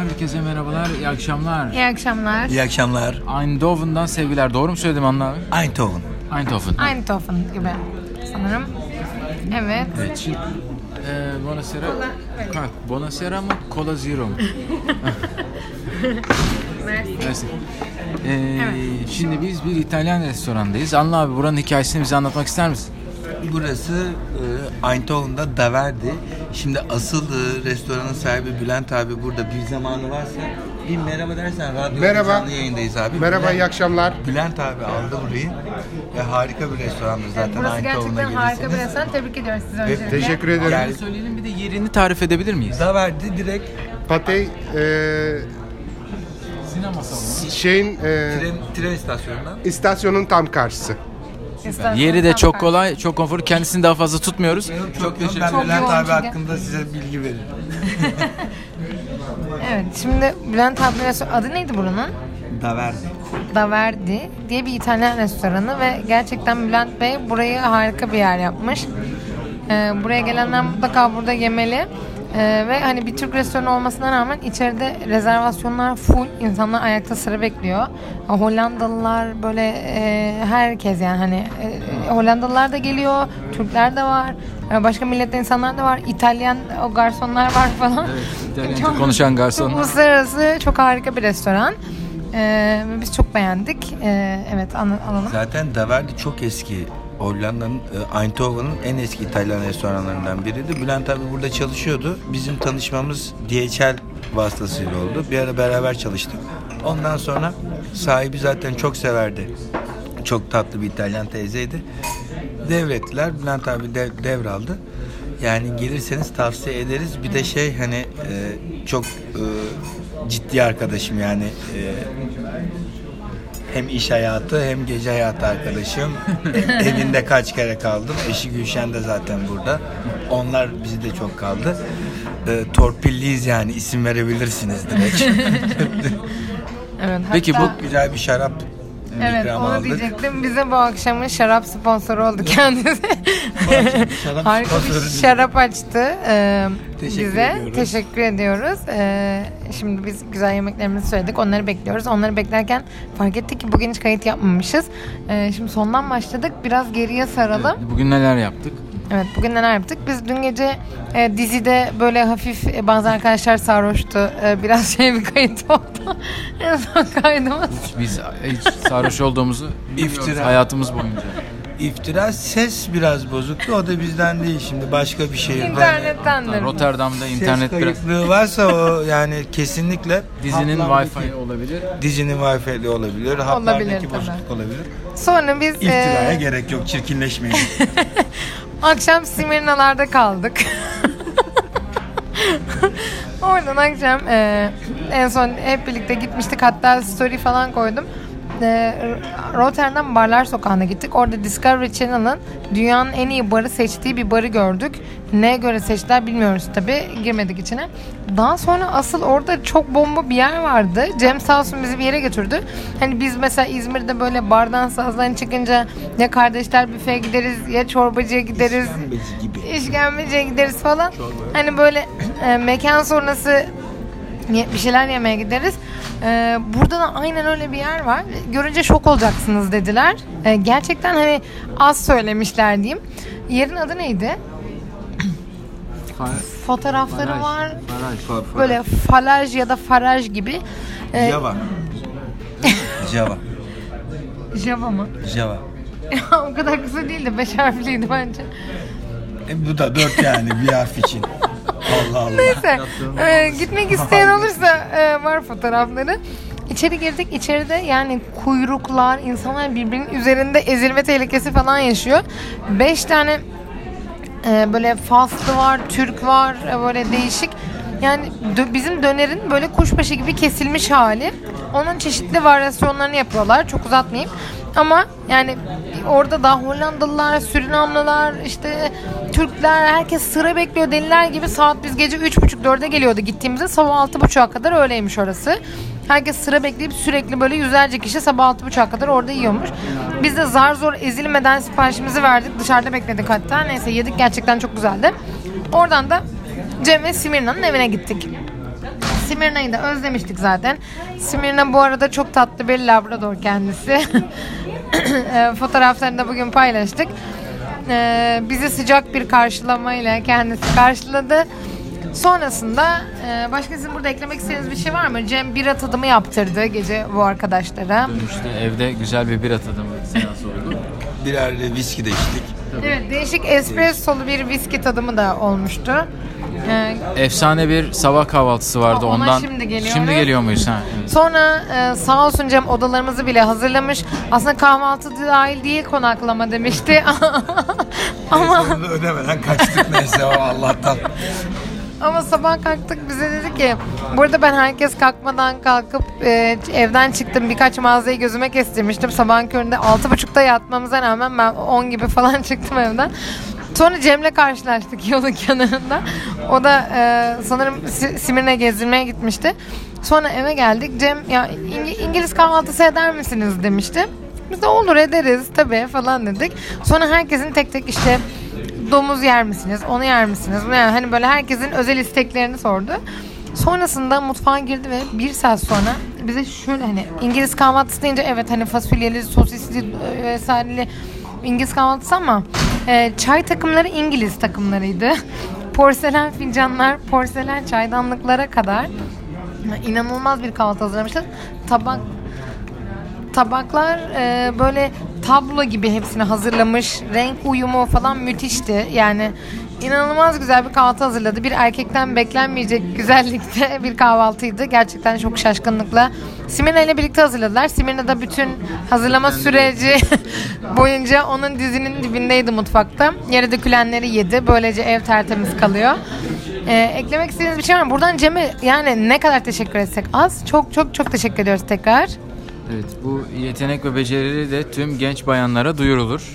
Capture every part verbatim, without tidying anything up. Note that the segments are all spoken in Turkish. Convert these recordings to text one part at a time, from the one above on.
Herkese merhabalar, iyi akşamlar. İyi akşamlar. İyi akşamlar. Eindhoven'dan sevgiler. Doğru mu söyledim Anna abi? Eindhoven. Eindhoven. Eindhoven gibi sanırım. Evet. Evet, şimdi e, Buonasera. Ha, Buonasera mı? Cola Zero mu? Merci. Ee, Evet. Şimdi biz bir İtalyan restorandayız. Anla abi, buranın hikayesini bize anlatmak ister misin? Burası e, Eindhoven'da Daverdi. Şimdi asıl e, restoranın sahibi Bülent abi burada. Bir zamanı varsa bir merhaba dersen radyo Merhaba. canlı yayındayız abi. Merhaba, Bülent, iyi akşamlar. Bülent abi aldı burayı ve harika bir restorandır zaten. Burası Eindhoven'a gerçekten harika bir gelirseniz. restoran. Tebrik ediyoruz sizi öncelikle. Teşekkür ederim. Yani- Söyleyelim, bir de yerini tarif edebilir miyiz? Daverdi direkt Patey e, Sinema salonu. şeyin e, tren, tren istasyonundan. istasyonun tam karşısı. İstersen Yeri de tam çok karşı. kolay, çok konforlu. Kendisini daha fazla tutmuyoruz. Çok teşekkür Ben Çok Bülent yoğun abi çünkü. hakkında size bilgi veririm. Evet, şimdi Bülent abi restoran, adı neydi buranın? Daverdi. Daverdi diye bir İtalyan restoranı ve gerçekten Bülent Bey burayı harika bir yer yapmış. Ee, buraya gelenler mutlaka burada yemeli. Ee, ve hani bir Türk restoranı olmasına rağmen içeride rezervasyonlar full, insanlar ayakta sıra bekliyor. Hollandalılar böyle e, herkes yani hani e, Hollandalılar da geliyor, Türkler de var, e, başka milletten insanlar da var, İtalyan o garsonlar var falan. Evet, İtalyanca konuşan garson. Uluslararası çok harika bir restoran. Ee, ve biz çok beğendik. Ee, evet anla- alalım. Zaten Daverdi çok eski. Hollanda'nın, e, Eindhoven'ın en eski İtalyan restoranlarından biriydi. Bülent abi burada çalışıyordu. Bizim tanışmamız D H L vasıtasıyla oldu. Bir ara beraber çalıştık. Ondan sonra sahibi zaten çok severdi. Çok tatlı bir İtalyan teyzeydi. Devrettiler. Bülent abi dev, devraldı. Yani gelirseniz tavsiye ederiz. Bir de şey hani e, çok e, ciddi arkadaşım yani. E, Hem iş hayatı hem gece hayatı arkadaşım. E, evinde kaç kere kaldım. Eşi Gülşen de zaten burada. Onlar bizi de çok kaldı. E, torpilliyiz yani, isim verebilirsiniz direkt. Evet, Peki hatta- bu Güzel bir şarap Evet, ikram onu aldık. diyecektim. Bize bu akşamın şarap sponsoru oldu kendisi. Şarap Harika bir sponsoru değil. şarap açtı e, Teşekkür bize. ediyoruz. Teşekkür ediyoruz. E, şimdi biz güzel yemeklerimizi söyledik. Onları bekliyoruz. Onları beklerken fark ettik ki bugün hiç kayıt yapmamışız. E, şimdi sondan başladık. Biraz geriye saralım. evet, bugün neler yaptık? Evet, bugün neler yaptık? Biz dün gece e, dizide böyle hafif e, bazı arkadaşlar sarhoştu. E, biraz şey bir kayıt oldu. En son kaydımız. Biz hiç sarhoş olduğumuzu bilmiyoruz İftira. hayatımız boyunca. İftira, ses biraz bozuktu. O da bizden değil, şimdi başka bir şehirden. İnternettendir. Rotterdam'da Ses internet biraz... kayıplığı varsa o yani kesinlikle Dizinin haplardaki- Wi-Fi olabilir. Dizinin Wi-Fi'li olabilir, haplardaki tabii. bozukluk olabilir. Sonra biz İftiraya e, gerek yok, çirkinleşmeyin. akşam Simirnalarda kaldık. Oradan akşam e, en son hep birlikte gitmiştik. Hatta story falan koydum. E, Rotterdam Barlar Sokağı'na gittik. Orada Discovery Channel'ın dünyanın en iyi barı seçtiği bir barı gördük. Neye göre seçtiler bilmiyoruz tabii. Girmedik içine. Daha sonra asıl orada çok bomba bir yer vardı. Cem sağ olsun bizi bir yere götürdü. Hani biz mesela İzmir'de böyle bardan sazdan çıkınca ya kardeşler büfeye gideriz ya çorbacıya gideriz. İşkembeci gibi. İşkembeciye gideriz falan. Hani böyle e, mekan sonrası ye- bir şeyler yemeye gideriz. E, burada da aynen öyle bir yer var. Görünce şok olacaksınız dediler. E, gerçekten hani az söylemişler diyeyim. Yerin adı neydi? Fotoğrafları Faraj, var. faraj. Böyle falaj ya da faraj gibi. E, Java. Java. Java mı? Java. O kadar kısa değildi. Beş harfliydi bence. E, bu da dört yani bir harf için. Allah Allah. Neyse, e, gitmek isteyen olursa e, var fotoğrafları. İçeri girdik. İçeride yani kuyruklar, insanlar birbirinin üzerinde ezilme tehlikesi falan yaşıyor. Beş tane e, böyle Faslı var, Türk var, e, böyle değişik. Yani dö- bizim dönerin böyle kuşbaşı gibi kesilmiş hali. Onun çeşitli varyasyonlarını yapıyorlar. Çok uzatmayayım. Ama yani orada da Hollandalılar, Surinamlılar, işte Türkler, herkes sıra bekliyor deliler gibi. Saat biz gece üç buçuk dörde geliyordu gittiğimizde. Sabah altı buçuğa kadar öyleymiş orası. Herkes sıra bekleyip sürekli böyle yüzlerce kişi sabah altı buçuğa kadar orada yiyormuş. Biz de zar zor ezilmeden siparişimizi verdik. Dışarıda bekledik hatta. Neyse yedik, gerçekten çok güzeldi. Oradan da Cem ve Simirna'nın evine gittik. Simirna'yı da özlemiştik zaten. Simirna bu arada çok tatlı bir Labrador kendisi. Fotoğraflarını da bugün paylaştık. Ee, bizi sıcak bir karşılamayla kendisi karşıladı. Sonrasında e, başka sizin burada eklemek istediğiniz bir şey var mı? Cem bira tadımı yaptırdı gece bu arkadaşlara. Dönüşte evde güzel bir bira tadımı seansı oldu. Birer de viski de içtik. Evet, değişik espressolu bir viski tadımı da olmuştu. Ee, Efsane bir sabah kahvaltısı vardı Ona ondan. şimdi geliyor. Şimdi geliyor muyuz ha? Evet. Sonra e, sağ olsun Cem odalarımızı bile hazırlamış. Aslında kahvaltı dahil değil konaklama demişti. Ama Sonunda ödemeden kaçtık neyse o Allah'tan. ama sabah kalktık bize dedi ki burada ben herkes kalkmadan kalkıp e, evden çıktım, birkaç mağazayı gözüme kestirmiştim. Sabahın köründe altı buçukta yatmamıza rağmen ben on gibi falan çıktım evden. Sonra Cem'le karşılaştık yolun kenarında. O da e, sanırım Simirne gezdirmeye gitmişti. Sonra eve geldik. Cem ya İng- İngiliz kahvaltısı eder misiniz demişti. Biz de olur ederiz tabii falan dedik. Sonra herkesin tek tek işte domuz yer misiniz, onu yer misiniz? Yani hani böyle herkesin özel isteklerini sordu. Sonrasında mutfağa girdi ve bir saat sonra bize şöyle hani İngiliz kahvaltısı deyince evet hani fasulyeli, sosisli vesaireli İngiliz kahvaltısı ama e, çay takımları İngiliz takımlarıydı. Porselen fincanlar, porselen çaydanlıklara kadar inanılmaz bir kahvaltı hazırlamışlar. Tabak tabaklar e, böyle tablo gibi hepsini hazırlamış. Renk uyumu falan müthişti. Yani inanılmaz güzel bir kahvaltı hazırladı. Bir erkekten beklenmeyecek güzellikte bir kahvaltıydı. Gerçekten çok şaşkınlıkla. Simirna ile birlikte hazırladılar. Simirna da bütün hazırlama süreci boyunca onun dizinin dibindeydi mutfakta. Yere dökülenleri yedi. Böylece ev tertemiz kalıyor. Ee, eklemek istediğiniz bir şey var mı? Buradan Cem'e yani ne kadar teşekkür etsek az. Çok çok çok teşekkür ediyoruz tekrar. Evet, bu yetenek ve becerileri de tüm genç bayanlara duyurulur.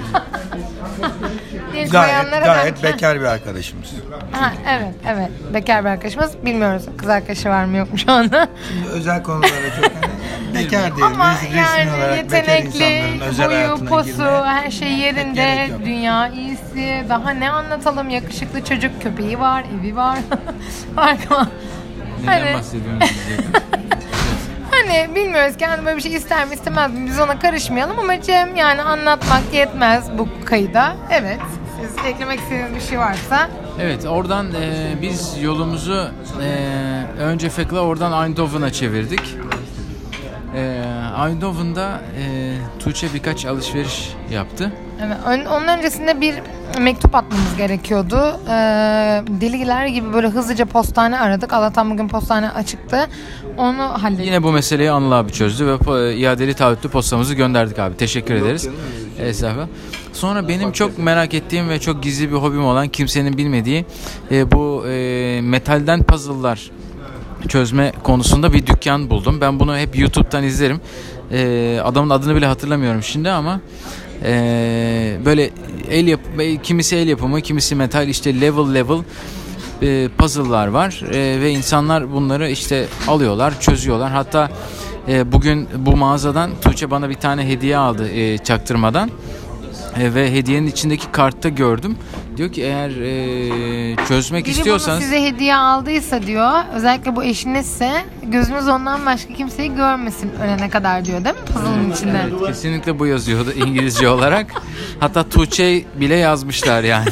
Genç Gayet, bayanlara gayet ben- bekar bir arkadaşımız. Ha, evet evet bekar bir arkadaşımız. Bilmiyoruz kız arkadaşı var mı yok mu şu anda. Şimdi özel konulara çok hani bekar değil. Ama Resmi yani olarak bekar yetenekli, insanların özel boyu, hayatına posu, girmeye her şey yerinde, gerek yok. dünya iyisi. Daha ne anlatalım? Yakışıklı çocuk, köpeği var, evi var. Farkı Neden Hani- bahsediyorsunuz diyecektim. Hani bilmiyoruz kendi böyle bir şey ister mi istemez mi biz ona karışmayalım ama Cem yani anlatmak yetmez bu kayıda. Evet. Siz eklemek istediğiniz bir şey varsa. Evet, oradan e, biz yolumuzu e, önce Fekla oradan Eindhoven'a çevirdik. E, Eindhoven'da e, Tuğçe birkaç alışveriş yaptı. Evet, ön- onun öncesinde bir mektup atmamız gerekiyordu. Ee, deliler gibi böyle hızlıca postane aradık. Allah'tan bugün postane açıktı. Onu hallettik. Yine bu meseleyi Anıl abi çözdü ve po- iadeli taahhütlü postamızı gönderdik abi. Teşekkür ederiz. Estağfurullah. Sonra benim çok merak ettiğim ve çok gizli bir hobim olan kimsenin bilmediği e, bu e, metalden puzzle'lar çözme konusunda bir dükkan buldum. Ben bunu hep YouTube'dan izlerim. E, adamın adını bile hatırlamıyorum şimdi ama e, böyle el yap kimisi el yapımı, kimisi metal işte level level e, puzzle'lar var e, ve insanlar bunları işte alıyorlar, çözüyorlar. Hatta e, bugün bu mağazadan Tuğçe bana bir tane hediye aldı e, çaktırmadan. E, ve hediyenin içindeki kartta gördüm. Diyor ki eğer e, çözmek Biri istiyorsanız bunu size hediye aldıysa diyor, özellikle bu eşinizse gözünüz ondan başka kimseyi görmesin ölene kadar diyor değil mi puzzle'ın içinde? Evet, kesinlikle bu yazıyordu İngilizce olarak. Hatta Tuğçe bile yazmışlar yani.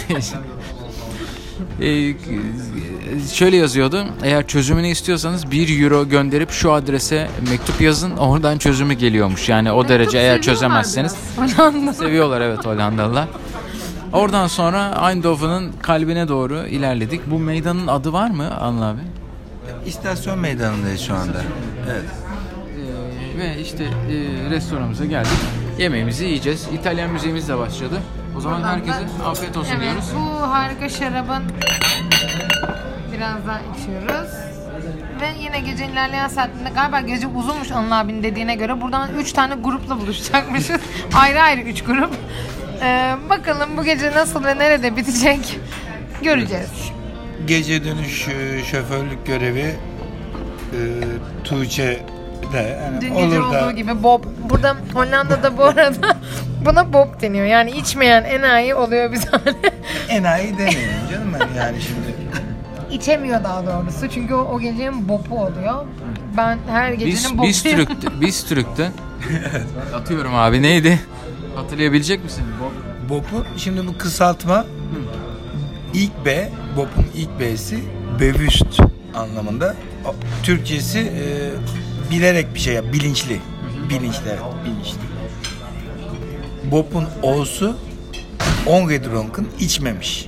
Ee, şöyle yazıyordu. Eğer çözümünü istiyorsanız bir euro gönderip şu adrese mektup yazın. Oradan çözümü geliyormuş. Yani o derece eğer çözemezseniz. Seviyorlar evet Hollandalılar. Oradan sonra Eindhoven'ın kalbine doğru ilerledik. Bu meydanın adı var mı Anıl abi? İstasyon meydanındayız şu anda. Evet. Ee, ve işte e, restoranımıza geldik. Yemeğimizi yiyeceğiz. İtalyan müziğimiz de başladı. O zaman herkese afiyet olsun Evet, diyoruz. bu harika şarabın biraz daha içiyoruz. Ve yine gece ilerleyen saatinde galiba gece uzunmuş Anıl abinin dediğine göre buradan üç tane grupla buluşacakmışız. ayrı ayrı üç grup. Ee, bakalım bu gece nasıl ve nerede bitecek göreceğiz. Gece dönüş e, şoförlük görevi e, Tuğçe de yani Dün gece olur da olduğu gibi Bob. Burada Hollanda'da bu arada buna Bob deniyor. Yani içmeyen enayi oluyor bir tane. enayi demeyelim canım ben yani şimdi içemiyor daha doğrusu. Çünkü o, o gecenin bopu oluyor. Ben her gecenin Biz, bopuyum. biz Türk'tü. Biz Türk'tü. Atıyorum abi, neydi? Hatırlayabilecek misin? Bop. Bop'u şimdi bu kısaltma ilk B, Bop'un ilk B'si bevüst anlamında. O, Türkçesi e, bilerek bir şey yap, bilinçli. Bilinçli, evet, bilinçli. Bop'un O'su ongedronken içmemiş.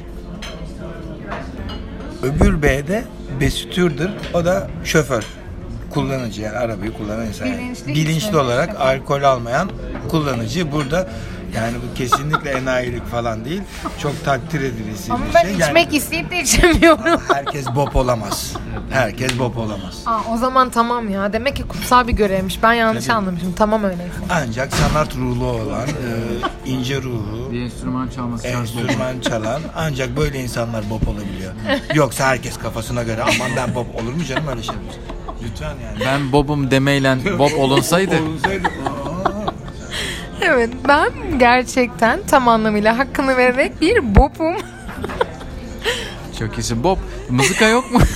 Öbür B'de besütürdür. O da şoför. Kullanıcı, yani arabayı kullanan insan. Bilinçli Bilinçli içmemiş olarak şoför. alkol almayan kullanıcı. Burada yani bu kesinlikle enayilik falan değil. Çok takdir edilisi Ama bir ben şey. içmek Yani isteyip de içemiyorum. herkes bop olamaz. Herkes bop olamaz. Aa, o zaman tamam ya. Demek ki kutsal bir görevmiş. Ben yanlış Tabii. anlamışım. Tamam öyleyse. Ancak sanat ruhlu olan, e, ince ruhu, Bir enstrüman çalması şart bu. enstrüman çalan ancak böyle insanlar bop olabiliyor. Yoksa herkes kafasına göre aman ben bop olur mu canım öyle şey. Lütfen yani. Ben Bob'um demeyle Bob olunsaydı. Olunsaydı. Evet, ben gerçekten tam anlamıyla hakkını vererek bir bopum. Çok iyisin. Bob. Mızıka yok mu?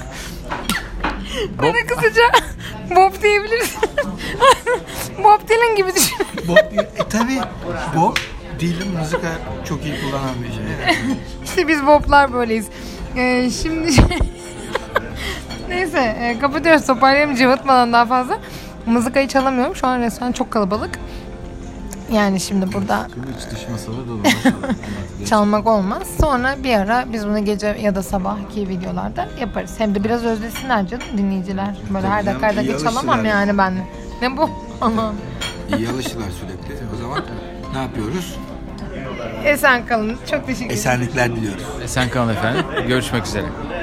Bob. Bana kısaca Bob diyebilirsin. Bob Dylan gibi düşün. Bop, e tabi bop dilim müzika çok iyi kullanan bir şey. İşte biz Bob'lar böyleyiz. Ee, şimdi neyse e, kapatıyoruz, toparlayalım cıvıtmadan daha fazla. Mızıkayı çalamıyorum. Şu an restoran çok kalabalık. Yani şimdi burada İç dış masalı dolu. çalmak olmaz. Sonra bir ara biz bunu gece ya da sabahki videolarda yaparız. Hem de biraz özlesinler canım dinleyiciler. Böyle her canım, dakika her iyi dakika çalamam alışsınlar. yani ben. Ne bu? Anam. İyi alıştılar sürekli. O zaman ne yapıyoruz? Esen kalın. Çok teşekkür ederim. Esenlikler diliyoruz. Esen kalın efendim. Görüşmek üzere.